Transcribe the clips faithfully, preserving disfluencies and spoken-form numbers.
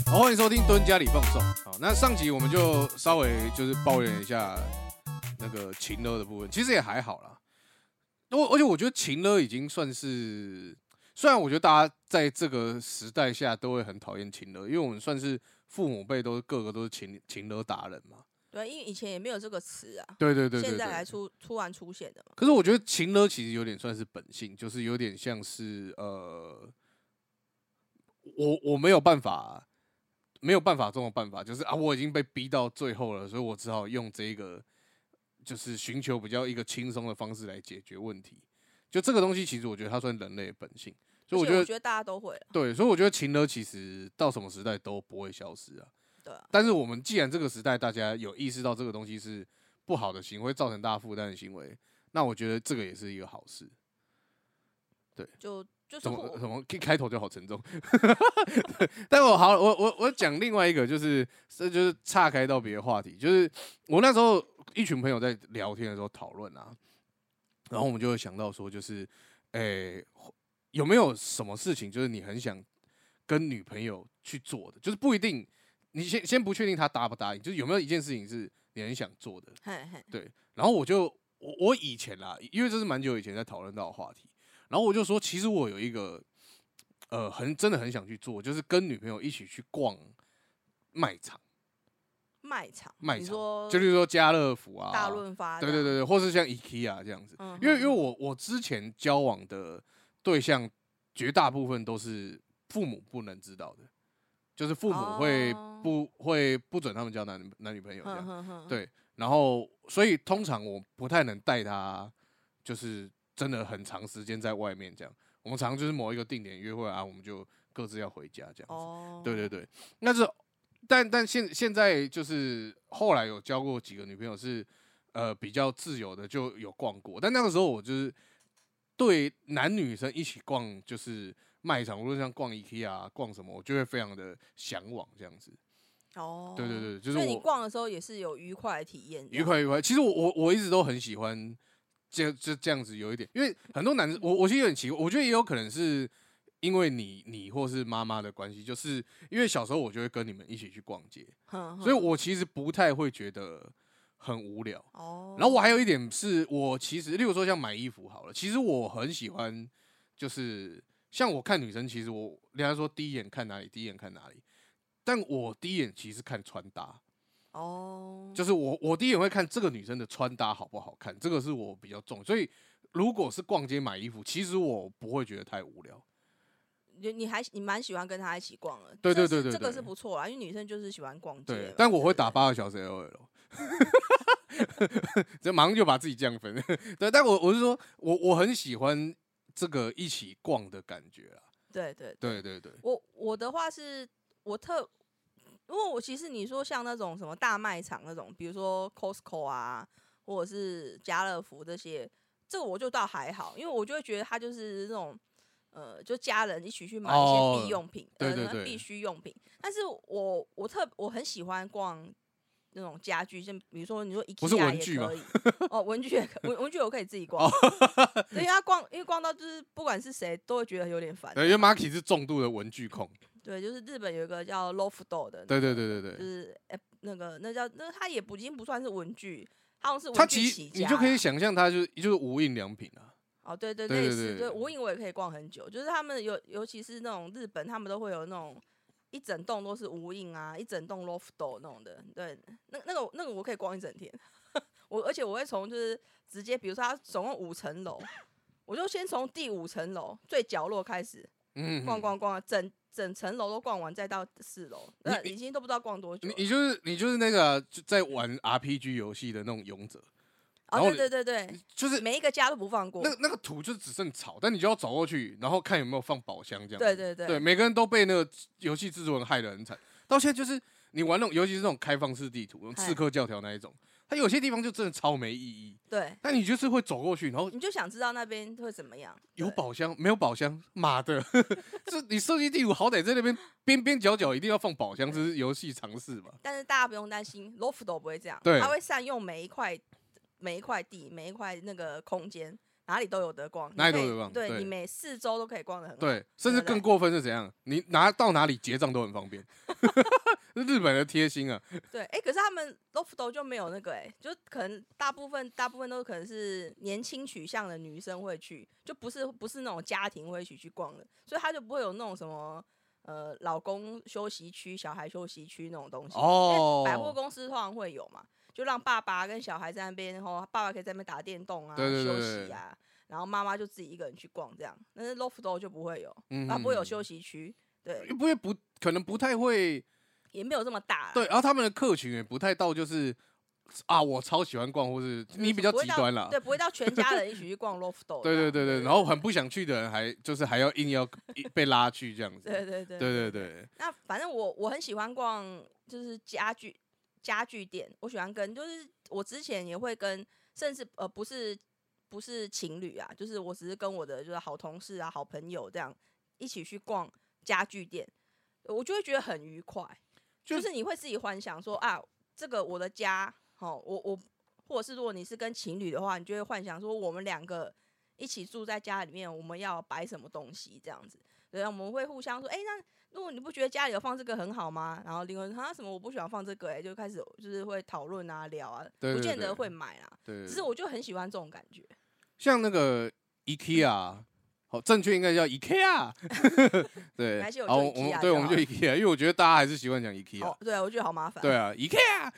好，欢迎收听蹲家里放送。好，那上集我们就稍微就是抱怨一下那个情勒的部分，其实也还好啦。而且我觉得情勒已经算是，虽然我觉得大家在这个时代下都会很讨厌情勒，因为我们算是父母辈都是个个都是情情勒达人嘛。 对，因为以前也没有这个词啊， 对对 对, 对, 对， 现在才出突然出现的嘛。 可是我觉得情勒其实有点算是本性，就是有点像是呃，我我没有办法。没有办法中的办法，就是啊，我已经被逼到最后了，所以我只好用这个，就是寻求比较一个轻松的方式来解决问题。就这个东西，其实我觉得它算人类的本性，所以我觉得， 我觉得大家都会。 对，所以我觉得情勒其实到什么时代都不会消失啊。 对啊。 但是我们既然这个时代大家有意识到这个东西是不好的行为，造成大家负担的行为，那我觉得这个也是一个好事。对。 就。就是怎么怎么开头就好沉重，但我好，我我我讲另外一个，就是这就是岔开到别的话题，就是我那时候一群朋友在聊天的时候讨论啊，然后我们就会想到说，就是诶、欸、有没有什么事情，就是你很想跟女朋友去做的，就是不一定你先先不确定她答不答应，就是有没有一件事情是你很想做的，对，然后我就我我以前啦，因为这是蛮久以前在讨论到的话题。然后我就说，其实我有一个，呃，很真的很想去做，就是跟女朋友一起去逛卖场。 卖场， 卖场，就例如说家乐福啊， 大润发， 对对对对，或是像 IKEA 这样子。嗯、因为因为我我之前交往的对象，绝大部分都是父母不能知道的，就是父母会不、哦、会不准他们交男男女朋友这样。呵呵呵对，然后所以通常我不太能带他，就是真的很长时间在外面这样。我们常常就是某一个定点约会啊，我们就各自要回家这样子。哦、对对对，那是。但但现现在就是后来有交过几个女朋友是，呃比较自由的，就有逛过。但那个时候我就是对男女生一起逛，就是卖场，无论像逛 IKEA 啊，逛什么，我就会非常的向往这样子。哦，对对对，就是我。 所以你逛的时候也是有愉快的体验。 愉快愉快，其实我我我一直都很喜欢就就这样子有一点，因为很多男生，我我其实有点奇怪，我觉得也有可能是。因为你你或是妈妈的关系，就是因为小时候我就会跟你们一起去逛街，所以我其实不太会觉得很无聊。哦。然后我还有一点是我其实，例如说像买衣服好了，其实我很喜欢，就是像我看女生，其实我人家说第一眼看哪里，第一眼看哪里，但我第一眼其实看穿搭。哦。就是我我第一眼会看这个女生的穿搭好不好看，这个是我比较重。所以如果是逛街买衣服，其实我不会觉得太无聊。 你还你蛮喜欢跟他一起逛的， 对对对 对, 对， 这个是不错啦，因为女生就是喜欢逛街。 对，但我会打八个小时 L O L， 这马上就把自己降分。对，但我我是说我我很喜欢这个一起逛的感觉啦。 对对对对对， 我我的话是我特，因为我其实你说像那种什么大卖场那种，比如说 Costco 啊，或者是家乐福这些，这个我就倒还好，因为我就会觉得它就是那种。呃，就家人一起去买一些必用品，哦、 对对对， 呃，必需用品。但是我我特我很喜欢逛那种家具，像比如说你说 IKEA 也可以，哦，文具也可文文具我可以自己逛，哦、因为他逛，因为逛到就是不管是谁都会觉得有点烦。 对，因为 Marky 是重度的文具控。 对，就是日本有一个叫 Lofto 的、那個， 对对对对对， 就是哎那个那叫那它也不已经不算是文具，它好像是文具起家。 你就可以想象它就是就是无印良品啊。 哦，对对，类似对，无印我也可以逛很久，就是他们有，尤其是那种日本，他们都会有那种一整栋都是无印啊，一整栋 Lofto 那种的，对，那那个那个我可以逛一整天，我而且我会从就是直接，比如说它总共五层楼，我就先从第五层楼最角落开始，嗯，逛逛逛，整整层楼都逛完，再到四楼，那已经都不知道逛多久。 你你就是你就是那个就在玩 R P G 游戏的那种勇者。 哦，对对对对， 就是每一个家都不放过。 那那个图就只剩草，但你就要走过去，然后看有没有放宝箱这样。 对对对， 对，每个人都被那个游戏制作人害得很惨。到现在就是你玩那种，尤其是那种开放式地图，用刺客教条那一种，它有些地方就真的超没意义。 对， 但你就是会走过去，然后你就想知道那边会怎么样。 有宝箱没有宝箱？妈的，这你设计地图好歹在那边边边角角一定要放宝箱，这是游戏常识嘛。 但是大家不用担心 ，Lofto 不会这样， 对， 他会善用每一块。每一块地，每一块那个空间， 哪里都有得逛， 哪里都有得逛， 对，你每四周都可以逛得很好。 对，甚至更过分是怎样？你拿到哪里结账都很方便。日本的贴心啊。 对，哎、欸，可是他们 loft 就没有那个、欸，哎，就可能大部分大部分都可能是年轻取向的女生会去，就不是不是那种家庭会一起去逛的，所以他就不会有那种什么呃老公休息区、小孩休息区那种东西。哦，百货公司通常会有嘛，就让爸爸跟小孩在那边，然后爸爸可以在那边打电动啊， 对对对对休息啊，然后妈妈就自己一个人去逛这样。但是 loft 就不会有，嗯，它不会有休息区，对， 不会不可能不太会。 也没有这么大， 对，然后他们的客群也不太到，就是啊，我超喜欢逛，或是你比较极端啦， 对，不会到全家人一起去逛 loft。 对对对对，然后很不想去的人还就是还要硬要被拉去这样子。 对对对对对对。 那反正我我很喜欢逛，就是家具家具店，我喜欢跟，就是我之前也会跟，甚至呃不是不是情侣啊，就是我只是跟我的就是好同事啊、好朋友这样一起去逛家具店，我就会觉得很愉快。就是你会自己幻想说啊，这个我的家，哦，我我，或者是如果你是跟情侣的话，你就会幻想说我们两个一起住在家里面，我们要摆什么东西这样子。对，我们会互相说，哎、欸，那如果你不觉得家里有放这个很好吗？然后另外他什么我不喜欢放这个、欸，哎，就开始就是会讨论啊、聊啊， 对对对， 不见得会买啦。 对， 只是我就很喜欢这种感觉。 像那个 IKEA。好，正确应该叫 IKEA。对， 好， 我们对我们就 IKEA， 因为我觉得大家还是习惯讲 IKEA。 哦，对啊，我觉得好麻烦。 对啊 ，IKEA。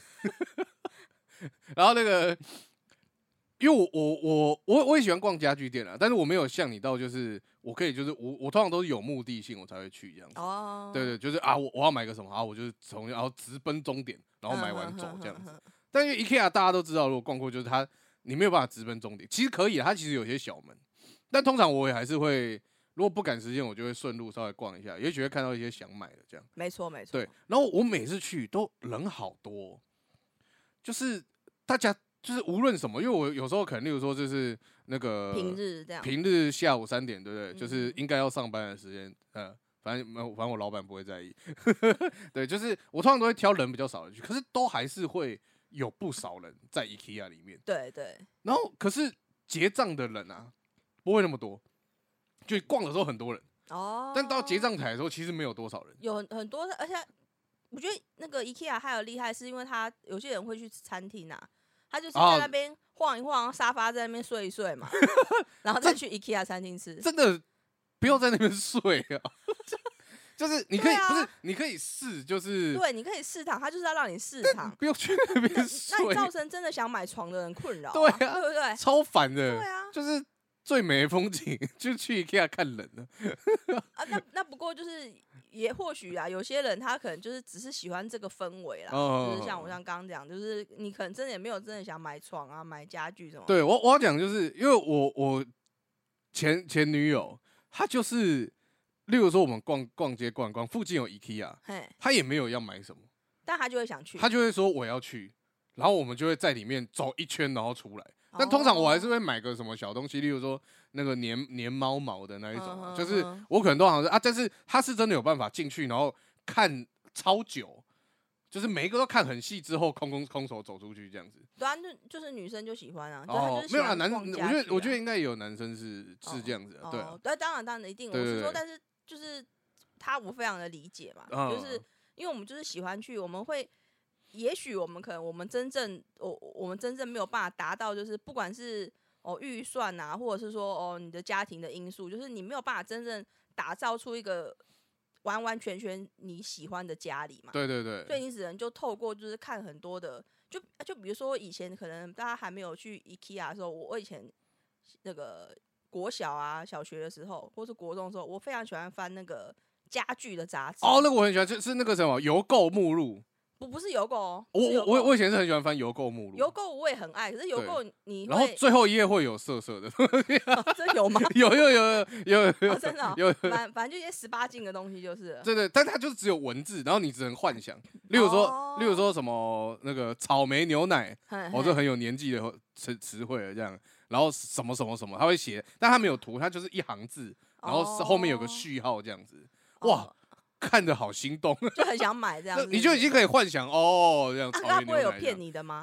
然后那个，因为我我我我我也喜欢逛家具店啊，但是我没有像你到就是我可以就是我我通常都是有目的性我才会去这样子。哦。对对，就是啊，我我要买个什么啊，我就是从然后直奔终点，然后买完走这样子。但因为 IKEA 大家都知道，如果逛过就是它你没有办法直奔终点，其实可以啊，它其实有些小门。但通常我也还是会，如果不赶时间，我就会顺路稍微逛一下，也许会看到一些想买的这样。 没错没错。 对，然后我每次去都人好多，就是大家就是无论什么，因为我有时候可能例如说就是那个平日这样， 平日下午三点，对不对？嗯、就是应该要上班的时间，呃，反正反正我老板不会在意。对，就是我通常都会挑人比较少的去，可是都还是会有不少人在 IKEA 里面。 对对。 然后可是结账的人啊。不会那么多，就逛的时候很多人哦，但到结账台的时候其实没有多少人， 有很很多，而且我觉得那个 IKEA 还有厉害，是因为他有些人会去餐厅啊，他就是在那边晃一晃，沙发在那边睡一睡嘛，然后再去 IKEA 餐厅吃。 真的不要在那边睡啊！就是你可以、啊、不是你可以试，就是对，你可以试躺，他就是要让你试躺， 不要去那边睡， 那你造成真的想买床的人困扰、啊， 对啊， 对不对？ 超烦的， 对啊， 就是。最美的风景就去 IKEA 看人了啊，那那不过就是也或许啊，有些人他可能就是只是喜欢这个氛围啦，哦、就是像我像刚刚讲，就是你可能真的也没有真的想买床啊、买家具什么。 对我我要讲就是，因为我我前前女友她就是，例如说我们逛逛街逛逛，附近有 IKEA， 她也没有要买什么， 但她就会想去， 她就会说我要去，然后我们就会在里面走一圈，然后出来。但通常我还是会买个什么小东西，例如说那个粘粘猫毛的那一种、啊，uh huh. 就是我可能都好像是啊，但是他是真的有办法进去，然后看超久，就是每一个都看很细之后，空空空手走出去这样子。 对啊，就就是女生就喜欢啊，哦， 就没有啊，男，我觉得我觉得应该也有男生是、哦、是这样子的，对、啊， 对，当然当然一定，我是说，但是就是他我非常的理解嘛，嗯、就是因为我们就是喜欢去，我们会。也许我们可能我们真正我我们真正没有办法达到，就是不管是哦预算啊，或者是说哦你的家庭的因素，就是你没有办法真正打造出一个完完全全你喜欢的家里嘛。 对对对。 所以你只能就透过就是看很多的，就就比如说以前可能大家还没有去 IKEA 的时候，我我以前那个国小啊小学的时候，或是国中的时候，我非常喜欢翻那个家具的杂志。 哦，那个我很喜欢，就是那个什么邮购目录。 不不是邮购哦， 我我我以前是很喜欢翻邮购目录， 邮购我也很爱，可是邮购你然后最后一页会有色色的， 哦、这有吗？ 有有有有有有、 哦，真的、哦、 有， 反反正就一些十八禁的东西就是了， 对对，但它就是只有文字，然后你只能幻想，例如说、哦、例如说什么那个草莓牛奶，哦，这很有年纪的词词汇了这样，然后什么什么什么，他会写，但他没有图，他就是一行字，然后后面有个序号这样子，哇。哦看着好心动， 就很想买这样子， 你就已经可以幻想哦，这样。 啊，他不会有骗你的吗？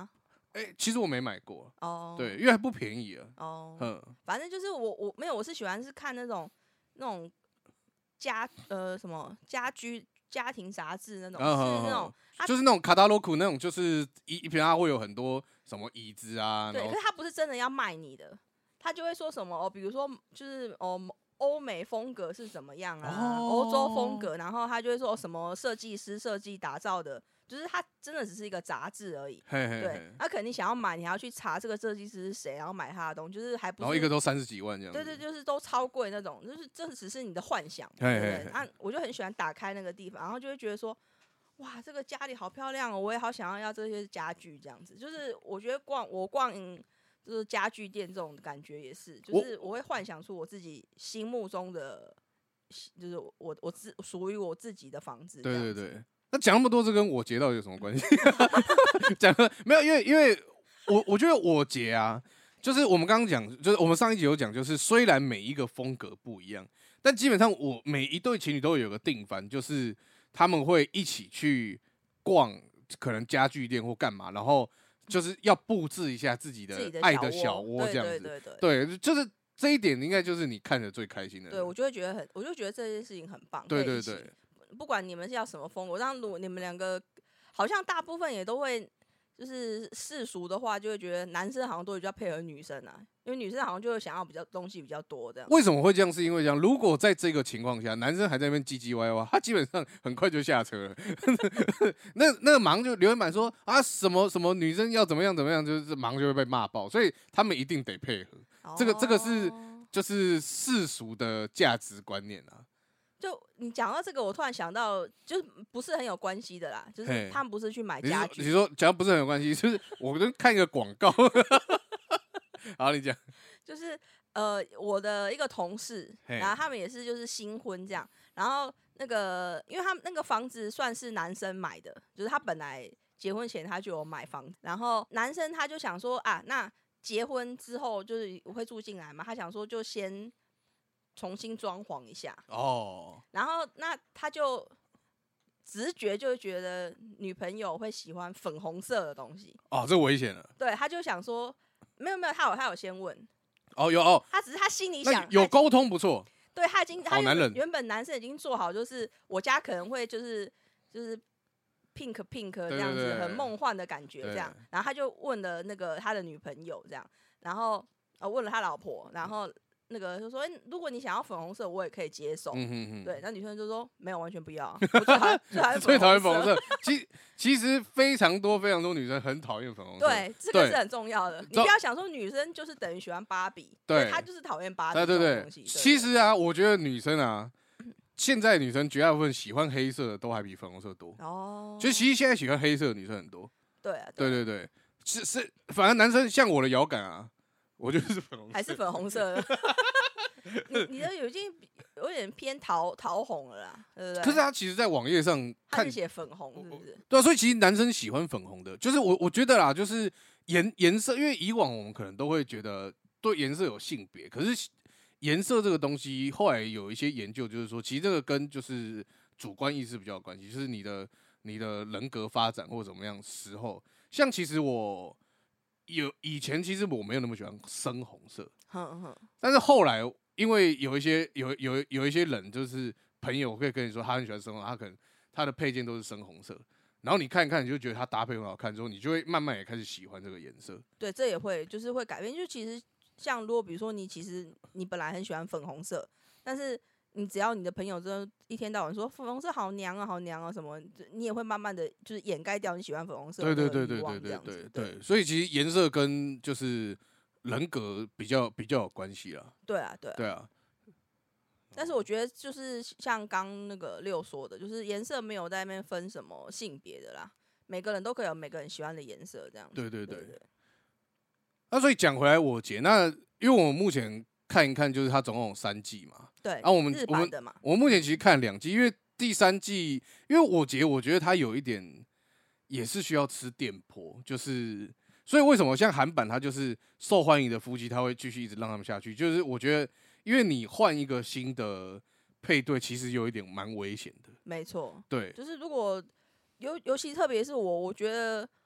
哎、欸，其实我没买过哦， 对，因为还不便宜啊。 哦，嗯，反正就是我我没有，我是喜欢是看那种那种家呃什么家居家庭杂志那种，哦、是那种就是那种卡达罗库那种，就是一一篇它会有很多什么椅子啊， 对，可是他不是真的要卖你的，他就会说什么哦，比如说就是哦。欧美风格是怎么样啊？欧、哦、洲风格，然后他就会说什么设计师设计打造的，就是它真的只是一个杂志而已。 嘿嘿嘿对，他、啊、肯定想要买，你还要去查这个设计师是谁，然后买他的东西，就是还不是。 然后一个都三十几万这样。 对对，就是都超贵那种，就是这只是你的幻想，对不对？啊，我就很喜欢打开那个地方，然后就会觉得说，哇，这个家里好漂亮哦，我也好想要要这些家具这样子。就是我觉得逛我逛。嗯就是家具店这种感觉也是，就是我会幻想出我自己心目中的，就是我我自属于我自己的房子。 对对对，那讲那么多，这跟我节到底有什么关系？讲没有，因为因为我我觉得我节啊，就是我们刚刚讲，就是我们上一集有讲，就是虽然每一个风格不一样，但基本上我每一对情侣都有个定番，就是他们会一起去逛可能家具店或干嘛，然后。就是要布置一下自己的爱的小窝，这样子， 对对对对，对，就是这一点应该就是你看着最开心的。 对，我就会觉得很，我就觉得这件事情很棒。 对对对， 不管你们是要什么风格，让如果你们两个好像大部分也都会，就是世俗的话，就会觉得男生好像都比较配合女生啊，因为女生好像就会想要比较东西比较多这样。 为什么会这样？是因为这样，如果在这个情况下，男生还在那边唧唧歪歪，他基本上很快就下车了。那那个忙就留言板说啊什么什么女生要怎么样怎么样，就是忙就会被骂爆，所以他们一定得配合。哦、这个这个是就是世俗的价值观念啊。 就你讲到这个，我突然想到，就是不是很有关系的啦，就是他们不是去买家具。 你说讲不是很有关系，就是我就看一个广告。好，你讲。 就是呃，我的一个同事，然后他们也是就是新婚这样，然后那个，因为他们那个房子算是男生买的，就是他本来结婚前他就有买房子，然后男生他就想说啊，那结婚之后就是我会住进来嘛，他想说就先重新装潢一下哦，然后那他就直觉就会觉得女朋友会喜欢粉红色的东西哦，这危险了。 对，他就想说没有没有，他有他有先问。 哦，有哦， 他只是他心里想有沟通不错， 对他已经好男人， 原本男生已经做好，就是我家可能会就是就是 pink pink 这样子，對對對很梦幻的感觉这样，然后他就问了那个他的女朋友这样，然后呃问了他老婆，然后那个就说，欸，如果你想要粉红色，我也可以接受。嗯哼哼对，那女生就说没有，完全不要，我最讨厌最讨厌粉红色。其其实非常多非常多女生很讨厌粉红色， 对，这个是很重要的。你不要想说女生就是等于喜欢芭比，对，她就是讨厌芭比这种东西。 其实啊，我觉得女生啊，现在女生绝大部分喜欢黑色的都还比粉红色多。哦，就其实现在喜欢黑色的女生很多。 对啊， 对对对，是是，反正男生像我的摇杆啊。我就是粉红色， 还是粉红色的。你你的已经有点偏桃桃红了啦，对不对？ 可是他其实，在网页上看是写粉红，是不是？ 对啊，所以其实男生喜欢粉红的，就是我我觉得啦，就是颜颜色，因为以往我们可能都会觉得对颜色有性别，可是颜色这个东西，后来有一些研究就是说，其实这个跟就是主观意识比较有关系，就是你的你的人格发展或怎么样时候，像其实我。有以前其实我没有那么喜欢深红色，哼哼但是后来因为有一些有有有一些人就是朋友可以跟你说他很喜欢深红，他可能他的配件都是深红色，然后你看一看你就觉得他搭配很好看，之后你就会慢慢也开始喜欢这个颜色。 对，这也会就是会改变，就其实像如果比如说你其实你本来很喜欢粉红色，但是你只要你的朋友真的一天到晚说粉红色好娘啊好娘啊什么，你也会慢慢的就是掩盖掉你喜欢粉红色的欲望。对对对对对对对对，所以其实颜色跟就是人格比较比较有关系啦。 对啊对啊对啊。但是我觉得就是像刚那个六说的，就是颜色没有在那边分什么性别的啦，每个人都可以有每个人喜欢的颜色这样子。 对对对。对对那所以讲回来我姐，那因为我目前。看一看，就是它总共有三季嘛。 对，然后、啊、我们日版的嘛。 我们目前其实看两季，因为第三季，因为我觉得我觉得它有一点也是需要吃电波，就是所以为什么像韩版它就是受欢迎的夫妻，他会继续一直让他们下去，就是我觉得因为你换一个新的配对，其实有一点蛮危险的。 没错， 对， 就是如果尤尤其特别是我，我觉得。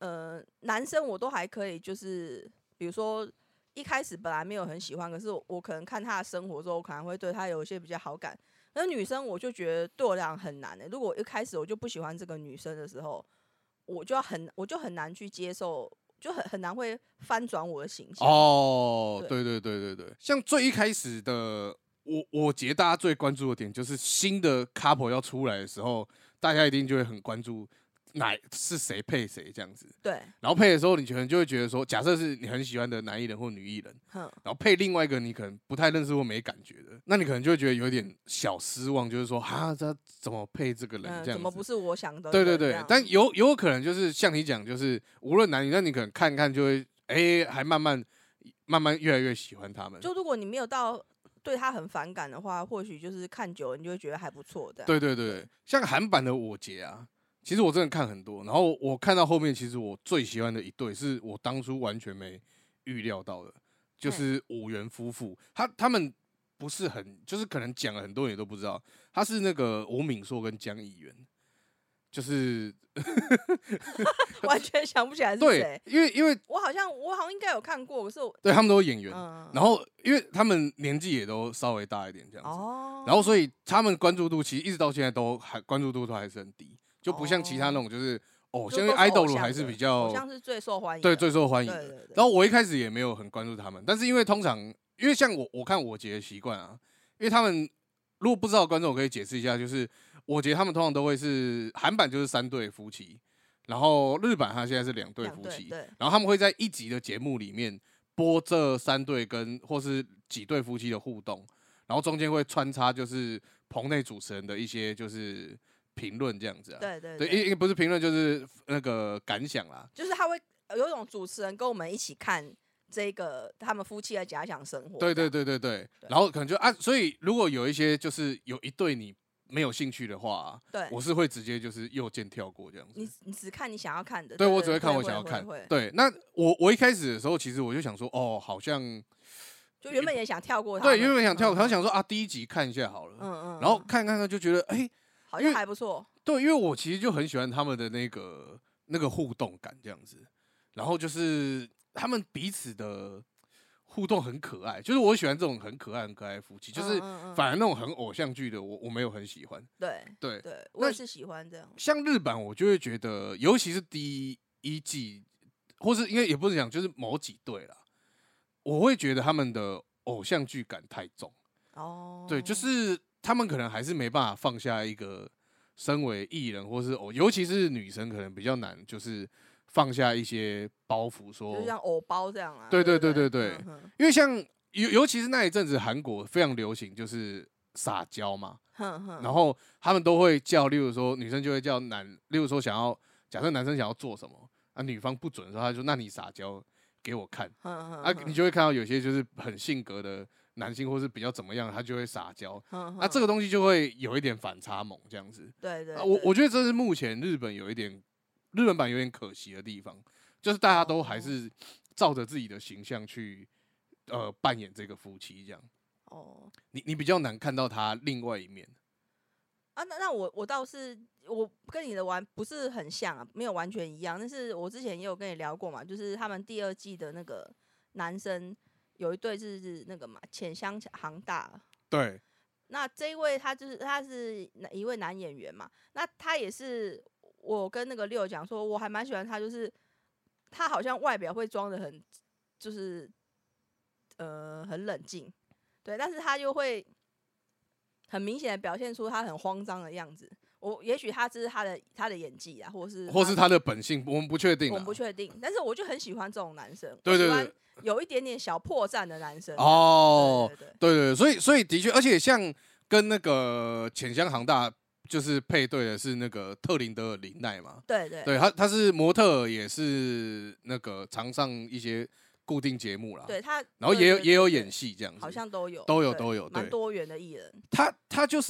呃男生我都还可以，就是比如说一开始本来没有很喜欢，可是 我, 我可能看他的生活之后，我可能会对他有一些比较好感。那女生我就觉得对我来讲很难的、欸。如果一开始我就不喜欢这个女生的时候，我就要很我就很难去接受，就很很难会翻转我的形象。 哦，对对对对对，像最一开始的我我觉得大家最关注的点就是新的 couple 要出来的时候，大家一定就会很关注哪是谁配谁这样子。 对。 然后配的时候，你可能就会觉得说，假设是你很喜欢的男艺人或女艺人，然后配另外一个你可能不太认识或没感觉的，那你可能就会觉得有点小失望，就是说，哈，这怎么配这个人这样子、嗯？ 怎么不是我想的？ 对对对，但有有可能就是像你讲，就是无论男女，那你可能看看就会，哎、欸，还慢慢慢慢越来越喜欢他们。 就如果你没有到对他很反感的话，或许就是看久了，你就会觉得还不错的。 对对对，像韩版的我姐啊。其实我真的看很多，然后我看到后面，其实我最喜欢的一对是我当初完全没预料到的，就是五元夫妇。他他们不是很，就是可能讲了很多人也都不知道，他是那个吴敏硕跟江议员，就是完全想不起来是谁。 对，因为因为我好像我好像应该有看过，可是我对他们都是演员、 嗯， 然后因为他们年纪也都稍微大一点这样子， 哦、 然后所以他们关注度其实一直到现在都还关注度都还是很低。就不像其他那种，就是哦，因为 idol 还是比较， 好像是最受欢迎， 对，最受欢迎的。 对对对。 然后我一开始也没有很关注他们，但是因为通常，因为像我，我看我姐的习惯啊，因为他们如果不知道的观众，我可以解释一下，就是我姐他们通常都会是韩版就是三对夫妻，然后日版它现在是两对夫妻，然后他们会在一集的节目里面播这三对跟或是几对夫妻的互动，然后中间会穿插就是棚内主持人的一些就是。评论这样子啊， 对对对，因为不是评论就是那个感想啦， 就是他会有一种主持人跟我们一起看这个他们夫妻的假想生活， 对对对对对，然后可能就啊，所以如果有一些就是有一对你没有兴趣的话、啊， 对， 我是会直接就是右键跳过这样子， 你你只看你想要看的， 对, 对我只会看我想要看，对，那我我一开始的时候其实我就想说，哦，好像就原本也想跳过他， 对，原本想跳过，他、嗯、想说啊，第一集看一下好了， 嗯嗯， 然后看看看就觉得哎。欸好像还不错， 对，因为我其实就很喜欢他们的那个那个互动感这样子，然后就是他们彼此的互动很可爱，就是我喜欢这种很可爱很可爱的夫妻，就是反而那种很偶像剧的我我没有很喜欢， 对对对，我也是喜欢这样。 像日版我就会觉得，尤其是第一季，或是因为也不是讲就是某几对啦，我会觉得他们的偶像剧感太重哦，对，就是。他们可能还是没办法放下一个身为艺人，或是偶，尤其是女生可能比较难，就是放下一些包袱说， 就像偶包这样啊。 对对对对对，嗯、因为像尤尤其是那一阵子韩国非常流行就是撒娇嘛， 哼哼然后他们都会叫，例如说女生就会叫男，例如说想要假设男生想要做什么啊，女方不准的时候，他就说那你撒娇给我看， 哼哼啊，你就会看到有些就是很性格的。男性或是比较怎么样，他就会撒娇，那、啊、这个东西就会有一点反差萌这样子。 对 对, 對、 啊，我我觉得这是目前日本有一点日本版有点可惜的地方，就是大家都还是照着自己的形象去呃扮演这个夫妻这样。哦，你你比较难看到他另外一面。 啊，那那我我倒是我跟你的完不是很像啊，没有完全一样。但是我之前也有跟你聊过嘛，就是他们第二季的那个男生。有一对是那个嘛，浅香航大。 对。 那这一位他就是他是一位男演员嘛，那他也是我跟那个六讲说，我还蛮喜欢他，就是他好像外表会装得很，就是呃很冷静，对，但是他又会很明显的表现出他很慌张的样子。我也许他这是他的他的演技啊，或是或是他的本性，我们不确定， 我们不确定。但是我就很喜欢这种男生， 对对对， 有一点点小破绽的男生。 哦， 对对 对, 对, 对，所以所以的确，而且像跟那个浅香航大就是配对的是那个特林德尔林奈嘛， 对对， 对他他是模特，也是那个常上一些固定节目啦， 对他， 然后也有也有演戏这样子， 好像都有都有都有， 蛮多元的艺人。 他他就是。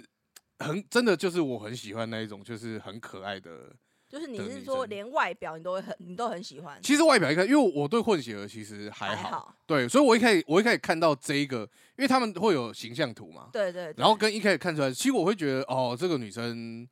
很真的就是我很喜欢那一种，就是很可爱的。 就是你是说连外表你都会很你都很喜欢？ 其实外表一看，因为我对混血儿其实还好， 还好对，所以我一开始我一开始看到这一个，因为他们会有形象图嘛， 对 对, 對， 然后跟一开始看出来，其实我会觉得哦，这个女生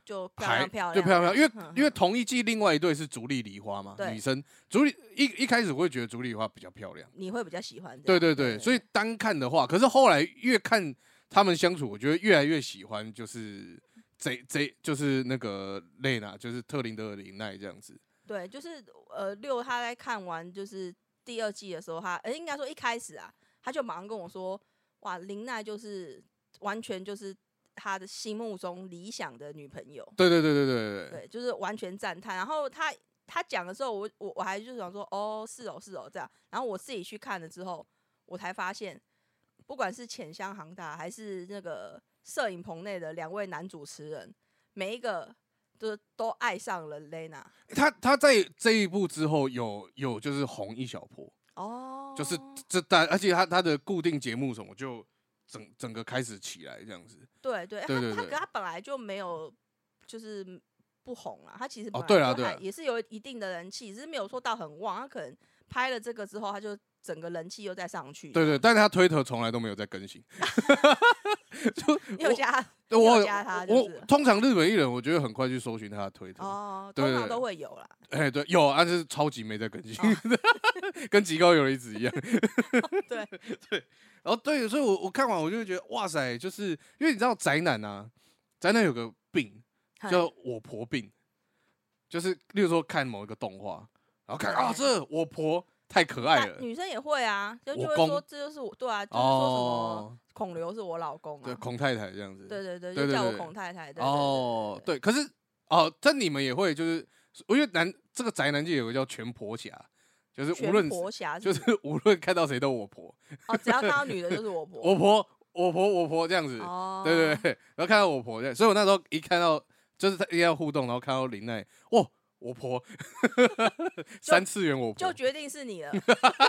就漂亮漂亮， 就漂亮，因为因为同一季另外一对是竹立梨花嘛，女生竹立一一开始我会觉得竹立梨花比较漂亮， 你会比较喜欢。 对对对，所以单看的话，可是后来越看他们相处，我觉得越来越喜欢，就是这这就是那个蕾娜，就是特林德尔林奈这样子。 对，就是呃六他在看完就是第二季的时候，他呃应该说一开始啊，他就马上跟我说，哇，林奈就是完全就是他的心目中理想的女朋友。 对对对对对对， 对，就是完全赞叹。然后他他讲的时候，我我我还就想说，哦，是哦是哦这样。然后我自己去看了之后，我才发现，不管是浅香航大还是那个摄影棚内的两位男主持人，每一个都都爱上了 Lena。 他他在这一部之后有有就是红一小波哦， 就是这大，而且他他的固定节目什么就整整个开始起来这样子。 对对， 对对对他他他本来就没有就是不红啊，他其实哦对啊就还对啊也是有一定的人气，只是没有说到很旺。他可能拍了这个之后，他就整个人气又再上去。 对对，但是他推特从来都没有在更新。 就你有加， 我有加他就是。 我通常日本艺人，我觉得很快去搜寻他的推特。 哦，通常都会有啦。 哎、欸，对，有，但是超级没在更新，哦、跟极高游离子一样。 对对，然后对，所以我我看完我就觉得，哇塞，就是因为你知道宅男啊，宅男有个病叫我婆病，就是例如说看某一个动画，然后看啊，这我婆太可爱了。 女生也会啊，就就会说这就是我，对啊，就是说什么孔刘是我老公啊， 对，孔太太这样子。 对对对，就叫我孔太太。 哦，对，可是哦，但你们也会就是，我觉得男这个宅男界有个叫全婆侠。就是无论婆侠， 就是无论看到谁都我婆哦，只要看到女的就是我婆， 我婆我婆我婆这样子，哦、对对对，然后看到我婆这样，所以我那时候一看到就是他一定要互动，然后看到林奈，哇，我婆三次元我婆就决定是你了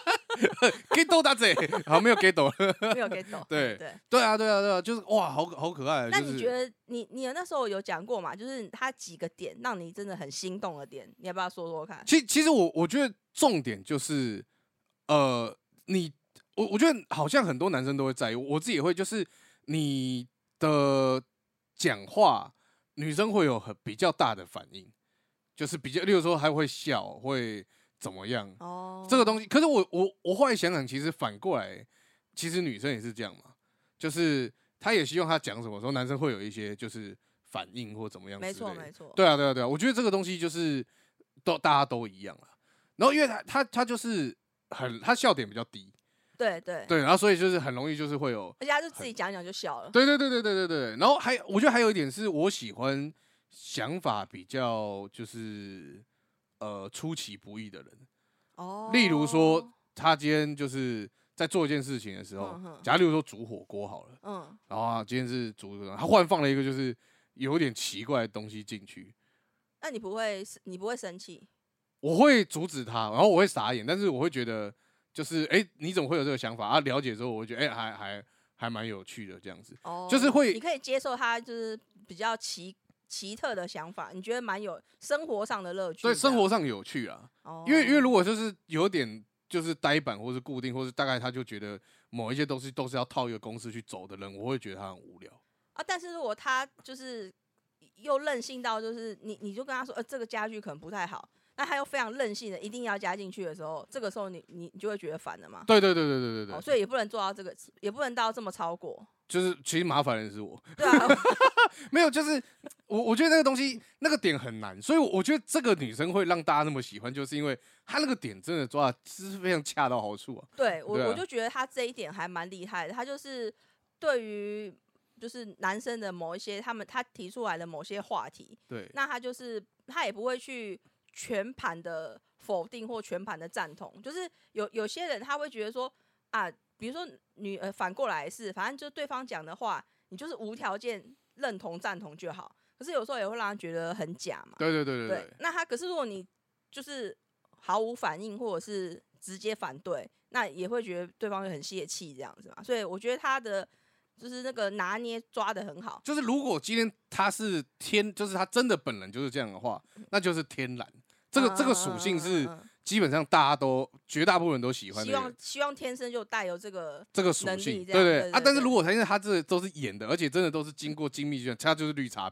，get 到大嘴，好没有 get 到， 没有 get 到， 对对对啊对啊对啊，就是哇，好好可爱。 那你觉得你你那时候有讲过嘛？就是他几个点让你真的很心动的点，你要不要说说看？ 其其实我我觉得重点就是，呃，你我我觉得好像很多男生都会在意，我自己也会，就是你的讲话，女生会有很比较大的反应，就是比较，例如说还会笑，会怎么样？哦，这个东西，可是我我我后来想想，其实反过来，其实女生也是这样嘛，就是她也希望她讲什么时候，男生会有一些就是反应或怎么样之类的。 没错没错。 对啊对啊对啊，我觉得这个东西就是都大家都一样了。然后因为他他他就是很他笑点比较低， 对对对，然后所以就是很容易就是会有， 而且他就自己讲讲就笑了。 对对对对对对对。然后还我觉得还有一点是我喜欢想法比较就是呃出其不意的人。哦。例如说他今天就是在做一件事情的时候，嗯、假如例如说煮火锅好了，嗯，然后他今天是煮，他忽然放了一个就是有点奇怪的东西进去， 那你不会你不会生气？ 我会阻止他，然后我会傻眼，但是我会觉得就是，哎、欸，你怎么会有这个想法啊？了解之后，我会觉得，哎、欸，还还还蛮有趣的这样子。哦，就是会， 你可以接受他就是比较奇奇特的想法，你觉得蛮有生活上的乐趣。 对，生活上有趣啊。哦，因为因为如果就是有点就是呆板，或是固定，或是大概他就觉得某一些东西都是要套一个公式去走的人，我会觉得他很无聊啊。但是如果他就是又任性到就是你你就跟他说，呃，这个家具可能不太好。那他又非常任性的，一定要加进去的时候，这个时候你你你就会觉得烦了嘛？ 对对对对对对对、 哦。所以也不能做到这个，也不能到这么超过。 就是其实麻烦的是我。 对啊。 没有，就是我我觉得那个东西那个点很难，所以我觉得这个女生会让大家那么喜欢，就是因为她那个点真的抓的是非常恰到好处啊。 对我、啊、我就觉得她这一点还蛮厉害的，她就是对于就是男生的某一些他们他提出来的某些话题， 对， 那他就是他也不会去全盘的否定或全盘的赞同，就是有有些人他会觉得说啊，比如说女呃反过来是，反正就对方讲的话，你就是无条件认同赞同就好。可是有时候也会让他觉得很假嘛。 对对对对 对, 对。那他可是如果你就是毫无反应或者是直接反对，那也会觉得对方会很泄气这样子嘛。所以我觉得他的就是那个拿捏抓得很好。 就是如果今天他是天，就是他真的本人就是这样的话，那就是天然。这个、嗯、这个属性是基本上大家都绝大部分人都喜欢的， 希望希望天生就带有这个这个属性，对 对, 对, 对啊。但是如果他因为他这都是演的，而且真的都是经过精密计算，他就是绿茶婊，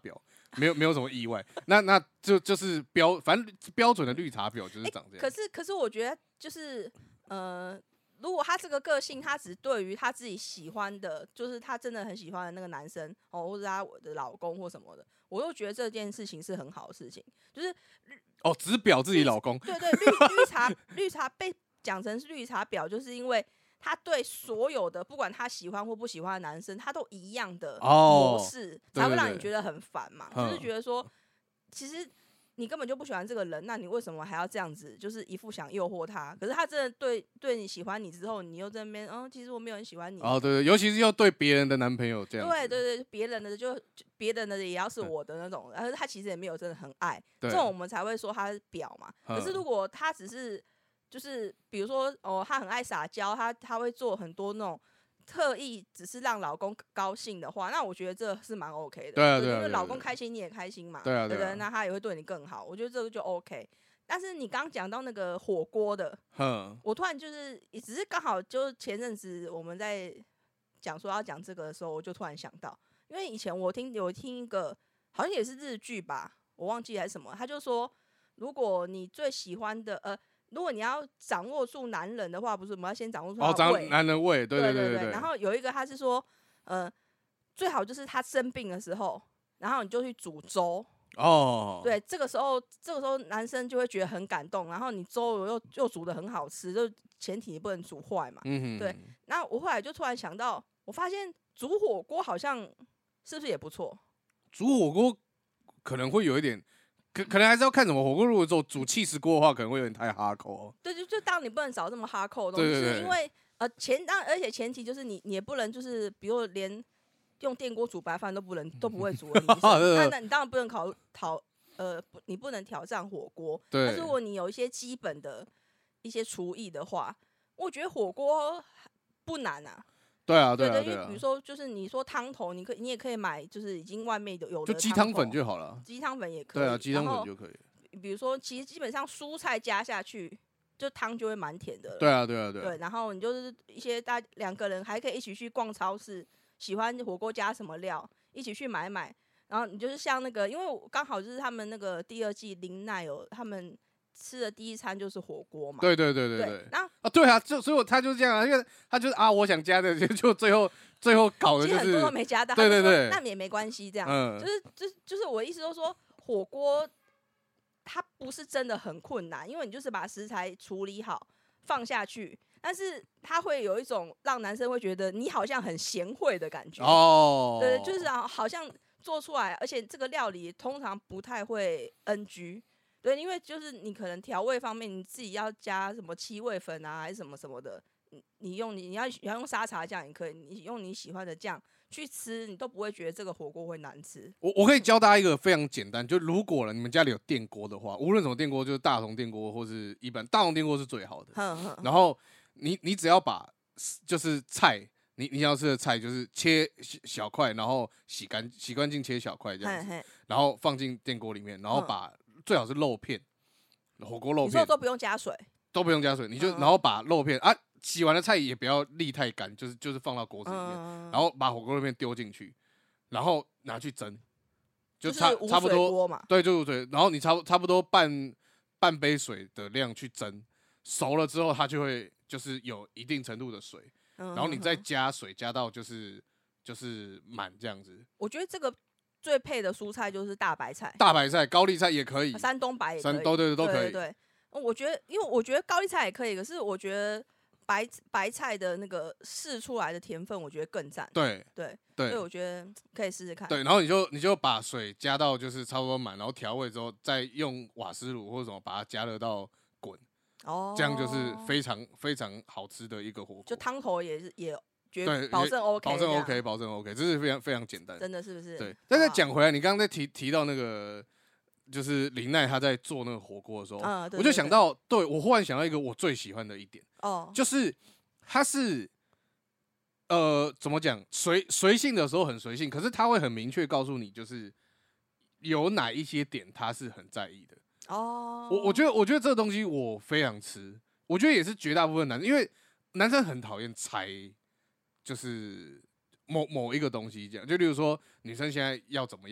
没有没有什么意外。那那就就是标，反正标准的绿茶婊就是长这样。 可是可是我觉得就是呃。如果他这个个性，他只对于他自己喜欢的，就是他真的很喜欢的那个男生哦，或者他的老公或什么的，我又觉得这件事情是很好的事情。就是哦，只表自己老公。 对对，绿绿茶绿茶被讲成是绿茶婊，就是因为他对所有的不管他喜欢或不喜欢的男生，他都一样的模式， 哦、 才会让你觉得很烦嘛。 对对对， 就是觉得说，其实。你根本就不喜欢这个人，那你为什么还要这样子？就是一副想诱惑他，可是他真的对对你喜欢你之后，你又在那边，嗯，其实我没有很喜欢你。 哦，对对，尤其是要对别人的男朋友这样。 对对对，别人的就别人的也要是我的那种，然后他其实也没有真的很爱，这种我们才会说他是婊嘛。可是如果他只是就是比如说哦，他很爱撒娇，他他会做很多那种。特意只是让老公高兴的话，那我觉得这是蛮 OK 的。 对啊，对啊， 因为老公开心，你也开心嘛。 对啊， 对不对？那他也会对你更好。我觉得这个就 OK。但是你刚讲到那个火锅的，我突然就是只是刚好就前阵子我们在讲说要讲这个的时候，我就突然想到，因为以前我听有听一个好像也是日剧吧，我忘记还是什么，他就说如果你最喜欢的呃。如果你要掌握住男人的话，不是我们要先掌握住他的胃， 哦，男人胃，对对对 对, 对。然后有一个他是说，呃，最好就是他生病的时候，然后你就去煮粥。 哦， 对，这个时候这个时候男生就会觉得很感动，然后你粥又又煮得很好吃，就前提你不能煮坏嘛。 嗯哼， 对。那我后来就突然想到，我发现煮火锅好像是不是也不错？ 煮火锅可能会有一点。可可能还是要看什么火锅，如果做煮气势锅的话，可能会有点太哈扣。 对，就就当你不能找这么哈扣的东西， 对对对， 是因为呃前当而且前提就是你你也不能就是比如连用电锅煮白饭都不能都不会煮的女生，那那你当然不能考讨呃不你不能挑战火锅。但是如果你有一些基本的一些厨艺的话，我觉得火锅不难啊。 对啊，对啊，因为比如说，就是你说汤头，你可你也可以买，就是已经外面有的就鸡汤粉就好了， 鸡汤粉也可以。 对啊，鸡汤粉就可以。 比如说，其实基本上蔬菜加下去，就汤就会蛮甜的了。 对啊，对啊，对。 对，然后你就是一些大两个人还可以一起去逛超市，喜欢火锅加什么料，一起去买买。然后你就是像那个，因为刚好就是他们那个第二季林奈有他们。吃的第一餐就是火锅嘛， 对对对对对，然后啊，对啊，就所以我他就是这样啊，因为他就是啊，我想加的，就就最后最后搞的就是， 其实很多都没加到， 对对对， 那也没关系，这样， 嗯， 就是就就是我的意思就是说，火锅它不是真的很困难，因为你就是把食材处理好放下去，但是它会有一种让男生会觉得你好像很贤惠的感觉哦，对，就是好像做出来，而且这个料理通常不太会 N G。对，因为就是你可能调味方面，你自己要加什么七味粉啊，还是什么什么的，你你用你你要你要用沙茶酱也可以，你用你喜欢的酱去吃，你都不会觉得这个火锅会难吃。 我我可以教大家一个非常简单，就如果了你们家里有电锅的话，无论什么电锅，就是大同电锅或是一般大同电锅是最好的。 呵呵然后你你只要把就是菜，你你要吃的菜就是切小块，然后洗干洗干净切小块这样子，嘿嘿然后放进电锅里面，然后把。最好是肉片，火锅肉片。 你说都不用加水， 都不用加水，你就、嗯、然后把肉片啊洗完的菜也不要沥太干，就是就是放到锅子里面，嗯、然后把火锅肉片丢进去，然后拿去蒸，就差就是差不多嘛， 对，就是水，然后你差差不多半半杯水的量去蒸，熟了之后它就会就是有一定程度的水，嗯、然后你再加水加到就是就是满这样子。 我觉得这个。最配的蔬菜就是大白菜， 大白菜、高丽菜也可以， 山东白也可以， 都对对都可以。 对, 对, 对，我觉得，因为我觉得高丽菜也可以，可是我觉得白白菜的那个试出来的甜分，我觉得更赞。 对对对， 所以我觉得可以试试看。 对，然后你就你就把水加到就是差不多满，然后调味之后，再用瓦斯炉或者什么把它加热到滚，哦，这样就是非常非常好吃的一个火锅。 就汤头也是也。 对， 保证 OK， 保证 OK， 保证 OK， 这是非常非常简单， 真的是不是？ 对。但是讲回来，你刚刚在提提到那个，就是林奈他在做那个火锅的时候，嗯、我就想到，对我忽然想到一个我最喜欢的一点，哦，就是他是，呃，怎么讲，随随性的时候很随性，可是他会很明确告诉你，就是有哪一些点他是很在意的。哦，我我觉得我觉得这个东西我非常吃，我觉得也是绝大部分男生，因为男生很讨厌猜。就是某某一个东西这样，就例如说女生现在要怎么样，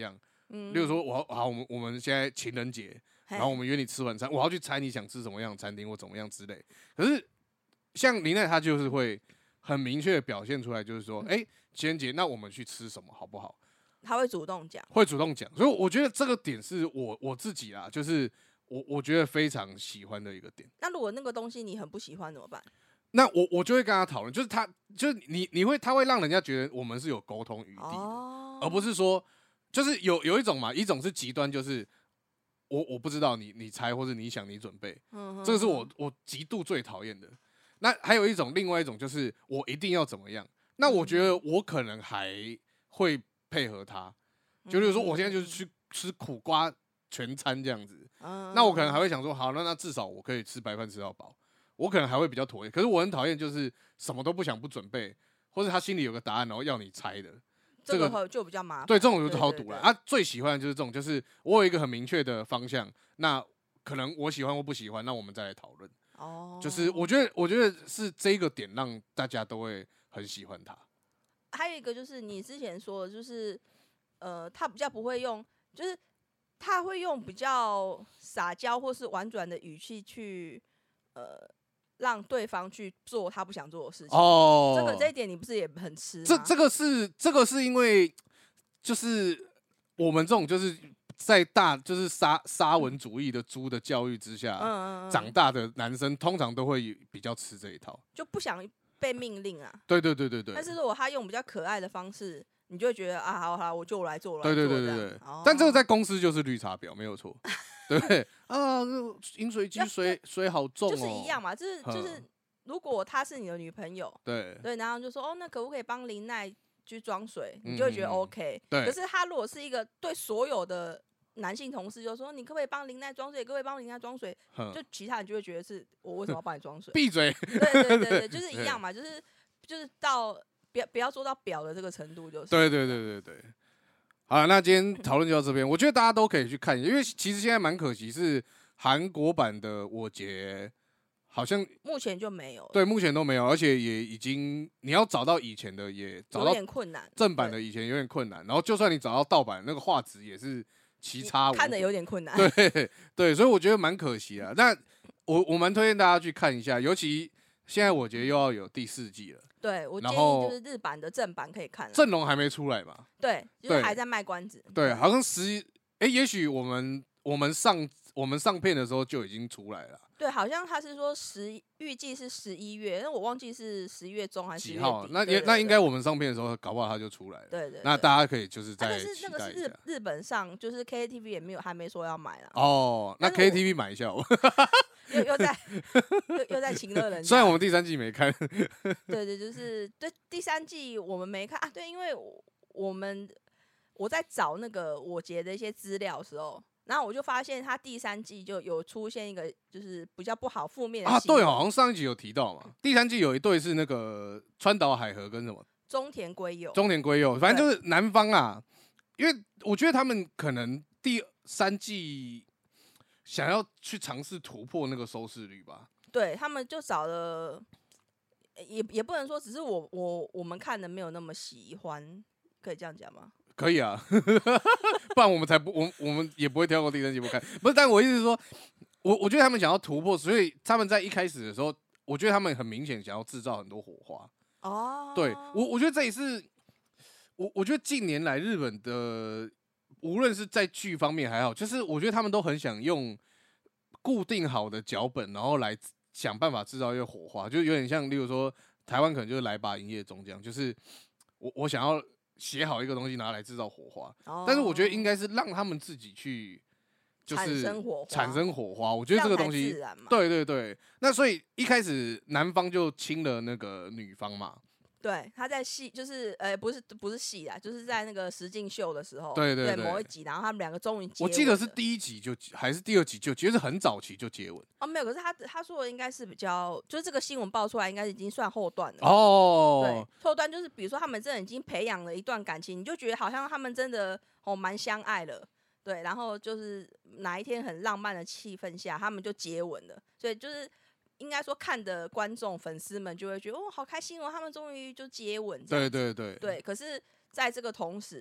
嗯，例如说我好，我们我们现在情人节，然后我们约你吃晚餐，我要去猜你想吃什么样的餐厅或怎么样之类。可是像林奈，他就是会很明确的表现出来，就是说，哎、欸，情人节，那我们去吃什么好不好？ 他会主动讲， 会主动讲，所以我觉得这个点是我我自己啦，就是我我觉得非常喜欢的一个点。 那如果那个东西你很不喜欢怎么办？ 那我我就会跟他讨论，就是他就是你你会他会让人家觉得我们是有沟通余地的，哦、而不是说就是有有一种嘛，一种是极端，就是我我不知道你你猜或者你想你准备，嗯、这个是我我极度最讨厌的。那还有一种另外一种就是我一定要怎么样，那我觉得我可能还会配合他，就例如说我现在就是去吃苦瓜全餐这样子，嗯、那我可能还会想说好，那那至少我可以吃白饭吃到饱。我可能还会比较妥协，可是我很讨厌就是什么都不想不准备，或者他心里有个答案然后要你猜的， 这个就比较麻烦。 对，这种就好赌了。啊，最喜欢的就是这种，就是我有一个很明确的方向，那可能我喜欢或不喜欢，那我们再来讨论。哦，就是我觉得，我觉得是这个点让大家都会很喜欢他。 还有一个就是你之前说的，就是呃，他比较不会用，就是他会用比较撒娇或是婉转的语气去呃。让对方去做他不想做的事情。哦，这个这一点你不是也很吃吗？ 这这个是这个是因为就是我们这种就是在大就是沙沙文主义的猪的教育之下，嗯嗯嗯长大的男生，通常都会比较吃这一套， 就不想被命令啊。 对对对对对。 但是如果他用比较可爱的方式，你就会觉得啊，好好，我就来做了。 对对对对对。哦、但这个在公司就是绿茶婊，没有错。对不对啊？饮水机水水好重、哦， 就是一样嘛。就是就是，如果她是你的女朋友， 对对，然后就说哦，那可不可以帮林奈去装水？你就会觉得 OK、 嗯。对。 可是他如果是一个对所有的男性同事，就说你可不可以帮林奈装水？可不可以帮林奈装水？就其他人就会觉得是我为什么要帮你装水？ 闭嘴！ 对对对对，就是一样嘛，就是就是到不要不要做到婊的这个程度，就是。 对对对对对。好，那今天讨论就到这边。我觉得大家都可以去看一下，因为其实现在蛮可惜是韩国版的《我结》好像目前就没有， 对，目前都没有，而且也已经你要找到以前的也找到有点困难， 正版的以前有点困难，然后就算你找到盗版，那个画质也是奇差无比， 看的有点困难。 对对，所以我觉得蛮可惜啊。那我我蛮推荐大家去看一下，尤其现在我觉得又要有第四季了。 对，我建议就是日版的正版可以看了， 阵容还没出来嘛？ 对，就是还在卖关子。 对，好像十哎，也许我们我们上我们上片的时候就已经出来了。 对，好像他是说十预计是十一月，但我忘记是十一月中还是几号。那也对对对那应该我们上片的时候，搞不好他就出来了。 对 对, 对。 那大家可以就是再、啊、 但是那个是日日本上，就是 K T V 也没有还没说要买了。 哦，那 K T V 买一下。 又又在又又在情乐人家， 虽然我们第三季没看。 对对，就是对第三季我们没看啊。对，因为我们我在找那个我结的一些资料的时候，然后我就发现他第三季就有出现一个就是比较不好负面的啊。对哦，好像上一集有提到嘛。第三季有一对是那个川岛海荷跟什么中田圭佑， 中田圭佑，反正就是男方啊。因为我觉得他们可能第三季想要去尝试突破那个收视率吧。 对，他们就找了，也也不能说只是我我我们看的没有那么喜欢，可以这样讲吗？ 可以啊，不然我们才不，我我们也不会跳过第三季不看。不是，但我意思是说，我我觉得他们想要突破，所以他们在一开始的时候，我觉得他们很明显想要制造很多火花。哦，对我我觉得这也是我我觉得近年来日本的。无论是在剧方面还好，就是我觉得他们都很想用固定好的脚本，然后来想办法制造一个火花，就有点像，例如说台湾可能就是来吧营业中这样，就是我我想要写好一个东西拿来制造火花，哦、但是我觉得应该是让他们自己去就是产生火花， 产生火花。我觉得这个东西，对对对，那所以一开始男方就亲了那个女方嘛。 对，他在戏就是呃不是不是戏啊，就是在那个实境秀的时候， 对对 对, 对某一集，然后他们两个终于接吻了。 我记得是第一集就还是第二集就，其实很早期就接吻。 哦，没有，可是他他说的应该是比较，就是这个新闻爆出来应该已经算后段了。 哦， 对，后段就是比如说他们真的已经培养了一段感情，你就觉得好像他们真的哦蛮相爱了。对，然后就是哪一天很浪漫的气氛下，他们就接吻了，所以就是。应该说，看的观众、粉丝们就会觉得哦，好开心哦，他们终于就接吻这样子。 对对对对。可是，在这个同时，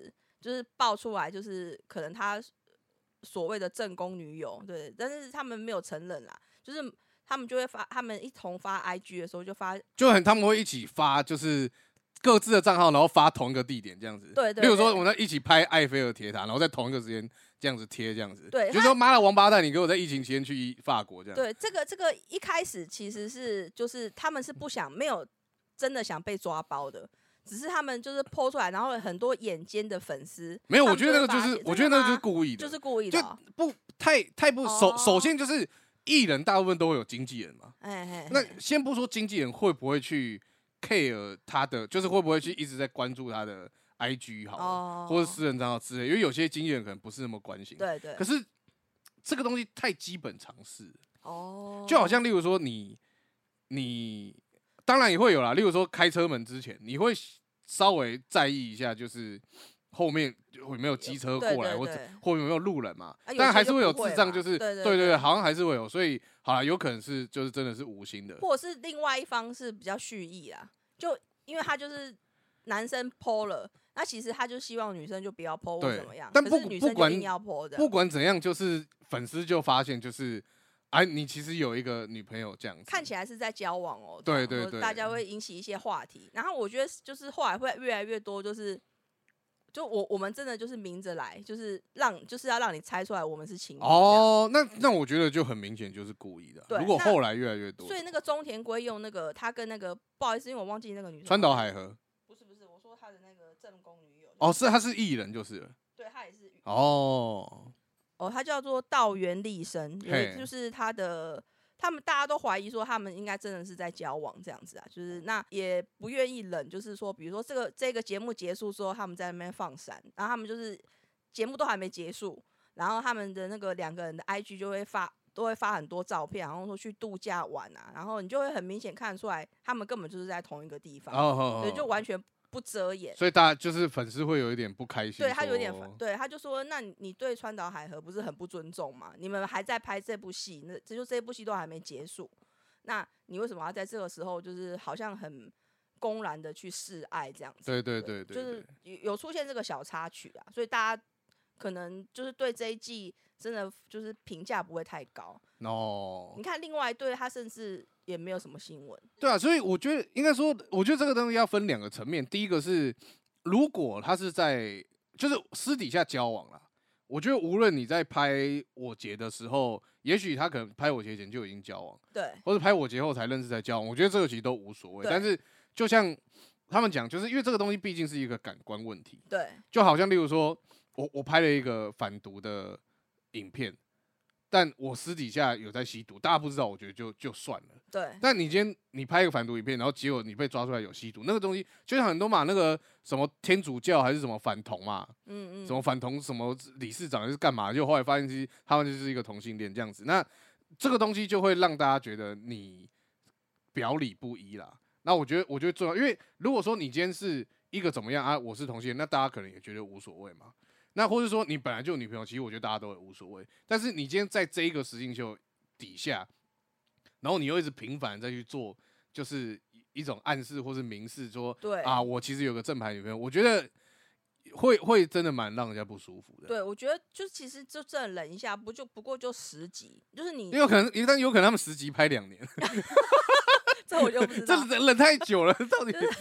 就是爆出来，就是可能他所谓的正宫女友，对，但是他们没有承认啦，就是他们就会发，他们一同发 I G 的时候就发， 就很他们会一起发，就是各自的账号，然后发同一个地点这样子。 对对对， 例如说我们在一起拍埃菲尔铁塔，然后在同一个时间这样子贴这样子。 对， 就说妈的王八蛋，你给我在疫情期间去法国这样。 对，这个这个一开始其实是就是他们是不想没有真的想被抓包的。只是他们就是 po 出来，然后很多眼尖的粉丝没有，我觉得那个就是，我觉得那个就是故意的， 就是故意的、 哦，就不太太不首、哦、首先就是艺人大部分都会有经纪人嘛， 嘿嘿嘿， 那先不说经纪人会不会去 care 他的，就是会不会去一直在关注他的 I G 好了，哦、或者私人账号之类，因为有些经纪人可能不是那么关心， 对对， 可是这个东西太基本常识哦， 就好像例如说你你。当然也会有啦，例如说开车门之前，你会稍微在意一下，就是后面有没有机车过来，或者或有没有路人嘛。 啊、 但还是会有智障，就是对对对, 对对，好像还是会有。所以好啦，有可能是就是真的是无心的， 或者是另外一方是比较蓄意啦，就因为他就是男生 po 了，那其实他就希望女生就不要 po 或怎么样， 但不可是女生就硬要 po 的。 不管怎样，就是粉丝就发现就是。哎、啊，你其实有一个女朋友这样子， 看起来是在交往哦。 对对对， 大家会引起一些话题，然后我觉得就是后来会越来越多，就是就我我们真的就是明着来，就是让就是要让你猜出来我们是情侣。 哦，那那我觉得就很明显就是故意的。 对， 如果后来越来越多， 所以那个中田圭佑那个他跟那个不好意思，因为我忘记那个女生。 川岛海荷。 不是不是，我说他的那个正宫女友。 哦，是他是艺人就是了。 对，他也是。 哦。 哦，他叫做道原丽生，也就是他的，他们大家都怀疑说他们应该真的是在交往这样子啊，就是那也不愿意忍，就是说，比如说这个这个节目结束之后，他们在那边放闪，然后他们就是节目都还没结束，然后他们的那个两个人的 I G 就会发，都会发很多照片，然后说去度假玩啊，然后你就会很明显看出来，他们根本就是在同一个地方，所以、oh, oh, oh. 就完全。不遮掩， 所以大家就是粉丝会有一点不开心。 对他有点，对他就说：“那你对川岛海荷不是很不尊重吗？你们还在拍这部戏，那这就这部戏都还没结束，那你为什么要在这个时候就是好像很公然的去示爱这样子？” 对对对 对, 对， 就是有出现这个小插曲啊，所以大家可能就是对这一季真的就是评价不会太高。 哦， 你看另外一对他甚至。也没有什么新闻， 对啊，所以我觉得应该说，我觉得这个东西要分两个层面。第一个是，如果他是在就是私底下交往啦，我觉得无论你在拍我节的时候，也许他可能拍我节前就已经交往， 对， 或者拍我节后才认识才交往，我觉得这个其实都无所谓。但是就像他们讲，就是因为这个东西毕竟是一个感官问题， 对， 就好像例如说我我拍了一个反毒的影片。但我私底下有在吸毒，大家不知道，我觉得就就算了。 对。 但你今天你拍一个反毒影片，然后结果你被抓出来有吸毒，那个东西就像很多嘛，那个什么天主教还是什么反同嘛，嗯嗯，什么反同什么理事长还是干嘛，就后来发现其实他们就是一个同性恋这样子。那这个东西就会让大家觉得你表里不一啦。那我觉得我觉得重要，因为如果说你今天是一个怎么样啊，我是同性恋，那大家可能也觉得无所谓嘛。那或者说你本来就有女朋友，其实我觉得大家都会无所谓。但是你今天在这一个实境秀底下，然后你又一直频繁再去做，就是一种暗示或是明示说， 对啊，我其实有个正牌女朋友，我觉得会会真的蛮让人家不舒服的。 对，我觉得就其实就真的忍一下，不就不过就十集，就是你有可能，但有可能他们十集拍两年。 这我就不知道， 这忍太久了，到底、 就是、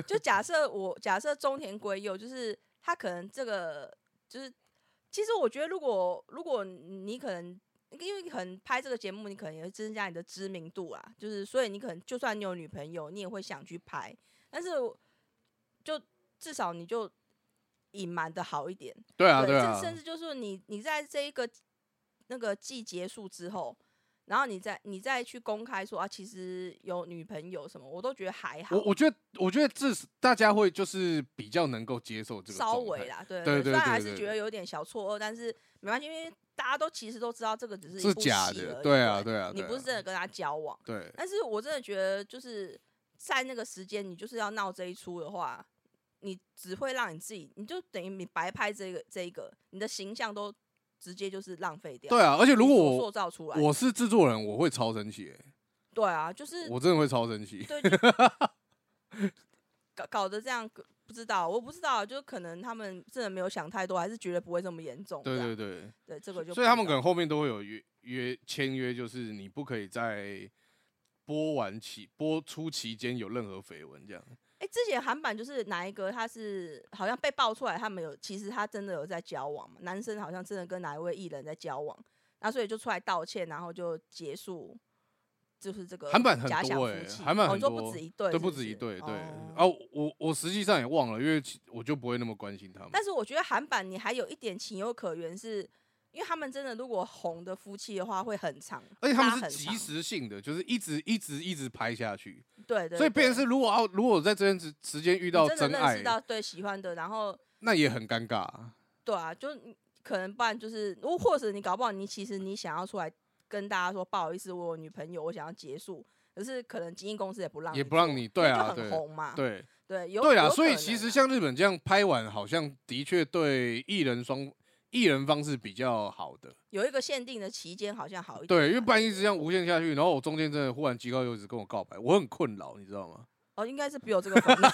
就假设我假设中田圭佑，就是他可能这个。就是，其实我觉得，如果如果你可能，因为可能拍这个节目，你可能也会增加你的知名度啊。就是，所以你可能就算你有女朋友，你也会想去拍。但是，就至少你就隐瞒的好一点。 对啊，对啊。 甚至就是你你在这一个那个季结束之后。然后你再你再去公开说啊，其实有女朋友什么，我都觉得还好。 我我觉得我觉得至少大家会就是比较能够接受这个稍微啦，对对 对, 对, 对, 对, 对， 虽然还是觉得有点小错愕，但是没关系，因为大家都其实都知道这个只是一部戏而已， 是假的，对啊对啊， 你不是真的跟他交往。 对。 但是我真的觉得就是在那个时间，你就是要闹这一出的话，你只会让你自己，你就等于你白拍这个这一个，你的形象都。直接就是浪费掉。 对啊，而且如果我塑造出来， 我是制作人，我会超生气、欸。对啊，就是我真的会超生气。 对，搞搞得这样， 不知道，我不知道，就可能他们真的没有想太多，还是觉得不会这么严重。 对对对， 对这个就所以他们可能后面都会有约约签约，就是你不可以在播完期播出期间有任何绯闻这样。 哎、欸，之前韩版就是哪一个他是好像被爆出来，他们有其实他真的有在交往嘛？男生好像真的跟哪一位艺人在交往，那所以就出来道歉，然后就结束。就是这个韩版很多哎、欸，韩版很多， 哦、不止一对， 对，不止一对，对。 哦、 啊，我我实际上也忘了，因为我就不会那么关心他们。 但是我觉得韩版你还有一点情有可原是，是因为他们真的如果红的夫妻的话会很长， 而且他们是即时性的，就是一直一直一直拍下去。 对 对, 对。 所以变成是，如果要如果在这段时间遇到真爱， 认识到对喜欢的，然后那也很尴尬。 对啊，就可能不然就是，如果或者你搞不好你其实你想要出来跟大家说不好意思，我有女朋友，我想要结束。可是可能经纪公司也不让你， 也不让你，对啊， 就很红嘛， 对对有对啊，所以其实像日本这样拍完，好像的确对艺人双艺人方是比较好的， 有一个限定的期间好像好一点。 对，因为不然一直这样无限下去，然后我中间真的忽然吉高由子跟我告白，我很困扰，你知道吗？ 哦，应该是比我这个烦恼，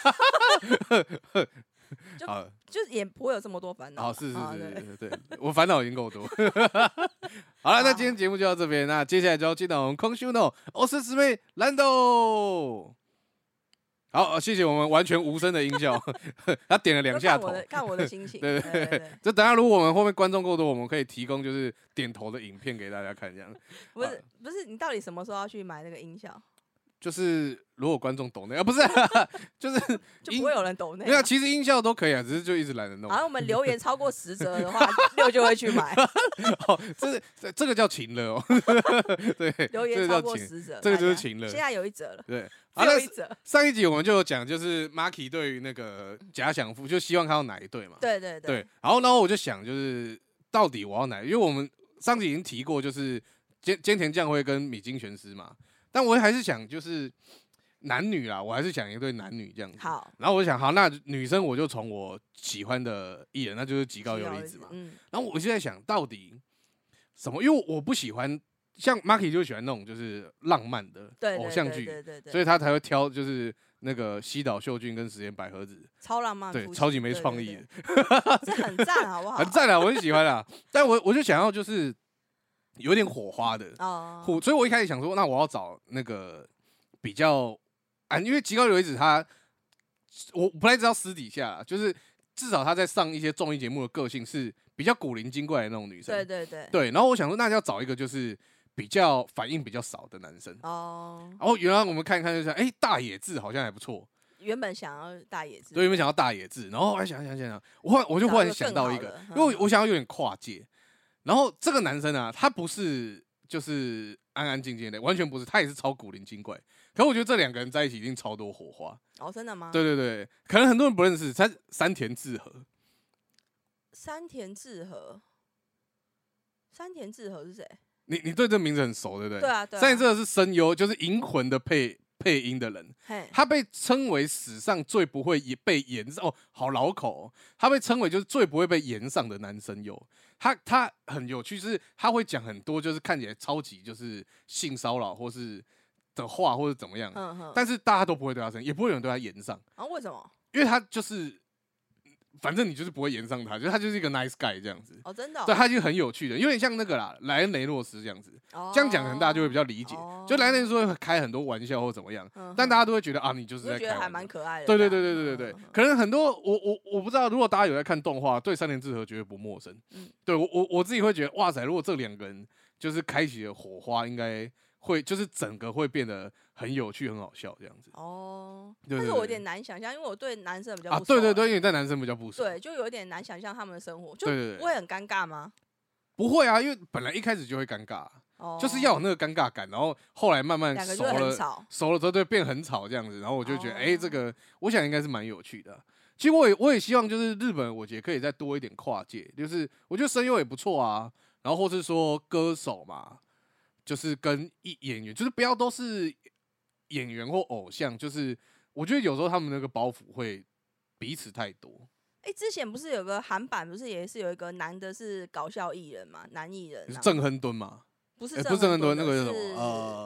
就就也不会有这么多烦恼。 好，是是是，对对，我烦恼已经够多。好了，那今天节目就到这边，那接下来就要进到我们空虚诺我是师妹兰豆。好，谢谢我们完全无声的音效，他点了两下头， 看我的看我的心情。 对对对对， 就等下如果我们后面观众够多，我们可以提供就是点头的影片给大家看，这样。 不是不是，你到底什么时候要去买那个音效？ 就是如果观众抖内啊，不是、啊，就是就不会有人抖内、啊。 没有，其实音效都可以啊，只是就一直懒得弄。 然后我们留言超过十则的话，六就会去买。 哦，这这个叫情了哦。对， 留言超过十则， 这个就是情了。 现在有一则了。 对， 只有一则。 上一集我们就有讲，就是 Maki 对于那个假想夫，就希望看到哪一对嘛。 对对对, 对。然后，然后我就想，就是到底我要哪？因为我们上集已经提过，就是菅菅田将晖跟米津玄师嘛。但我还是想就是男女啦，我还是想一对男女这样子。 好， 然后我就想，好，那女生我就从我喜欢的艺人，那就是吉高由里子嘛。嗯。然后我就在想到底什么，因为我不喜欢像 Maki 就喜欢那种就是浪漫的偶像剧， 对对对， 所以他才会挑就是那个西岛秀俊跟石田百合子， 超浪漫， 对，超级没创意的， 这很赞，好不好？ 很赞啊，我很喜欢啊。但我我就想要就是。有点火花的哦， oh. 所以我一开始想说，那我要找那个比较啊，因为吉高由里子他，我不太知道私底下，就是至少他在上一些综艺节目的个性是比较古灵精怪的那种女生， 对对对， 对。然后我想说，那要找一个就是比较反应比较少的男生哦。Oh. 然后原来我们看一看就想，哎、欸，大野智好像还不错。 原本想要大野智， 对，原本想要大野智，然后我还想想想想，我忽然我就忽然想到一个，因为我想要有点跨界。然后这个男生啊，他不是就是安安静静的，完全不是，他也是超古灵精怪。可我觉得这两个人在一起一定超多火花。 哦，真的吗？ 对对对，可能很多人不认识，他山田智和。 山田智和，山田智和是谁？ 你你对这名字很熟，对不对？ 对啊，对啊。 山田智和是声优，就是《银魂》的配配音的人，他被称为史上最不会被延上哦，好老口、哦。他被称为就是最不会被延上的男声优。他他很有趣，就是他会讲很多就是看起来超级就是性骚扰或是的话或者怎么样，嗯嗯，但是大家都不会对他生，也不会有人对他延上。 啊？为什么？ 因为他就是。反正你就是不会延上他，就是他就是一个 nice guy 这样子。 哦，真的、哦。 对，他就很有趣的，有点像那个啦，莱恩雷诺斯这样子。哦。这样讲可能大家就会比较理解。哦。就莱恩雷诺斯会开很多玩笑或怎么样，嗯、但大家都会觉得啊，你就是在开玩笑。 觉得还蛮可爱的。 对对对对对对对，嗯、可能很多我我我不知道，如果大家有在看动画，对山田智和绝对不陌生。嗯。对我我我自己会觉得，哇塞，如果这两个人就是开启了火花，应该会就是整个会变得。很有趣，很好笑，这样子。哦， 但是我有点难想象，因为我对男生比较不熟、啊。 对对对，因为你对男生比较不熟。 对，就有点难想象他们的生活，就不会很尴尬吗？ 不会啊，因为本来一开始就会尴尬，哦、就是要有那个尴尬感，然后后来慢慢熟了，熟了之后对变很吵这样子，然后我就觉得，哎、哦欸，这个我想应该是蛮有趣的、啊。其实我也我也希望就是日本，我觉得可以再多一点跨界，就是我觉得声优也不错啊，然后或是说歌手嘛，就是跟演员，就是不要都是。演员或偶像，就是我觉得有时候他们那个包袱会彼此太多。 哎、欸，之前不是有个韩版，不是也是有一个男的是搞笑艺人嘛，男艺人、啊， 郑亨敦嘛？ 不是、 欸，不是郑亨敦，那个是什么？呃，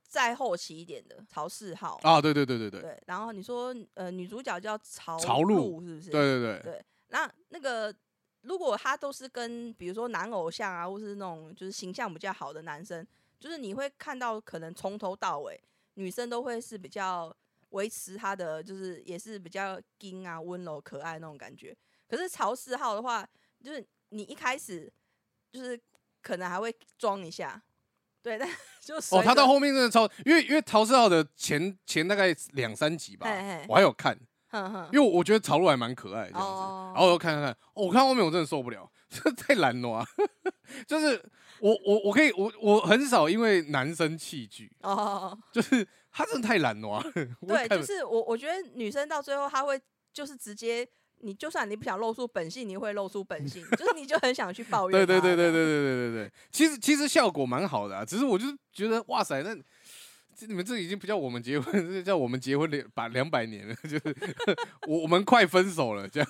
再后期一点的曹四号啊，对对对对对。 对，然后你说呃女主角叫曹曹露是不是？ 对对对对，那那个如果他都是跟比如说男偶像啊，或是那种就是形象比较好的男生，就是你会看到可能从头到尾女生都会是比较维持他的就是也是比较硬啊温柔可爱那种感觉。可是曹四号的话，就是你一开始就是可能还会装一下。对，但就哦， 他到后面真的超，因为因为曹四号的前前大概两三集吧，嘿嘿我还有看，呵呵因为我觉得曹露还蛮可爱的这样子，哦、然后我就看看看、哦，我看后面我真的受不了，这太懒了、啊，就是我我我可以我我很少因为男生弃剧，哦，就是他真的太懒了、啊， 对，就是我我觉得女生到最后她会就是直接。你就算你不想露出本性，你会露出本性，就是你就很想去抱怨。 对对对对对对对对对，其实其实效果蛮好的啊，只是我就是觉得哇塞，那你们这已经不叫我们结婚，这叫我们结婚两把两百年了，就是我我们快分手了这样，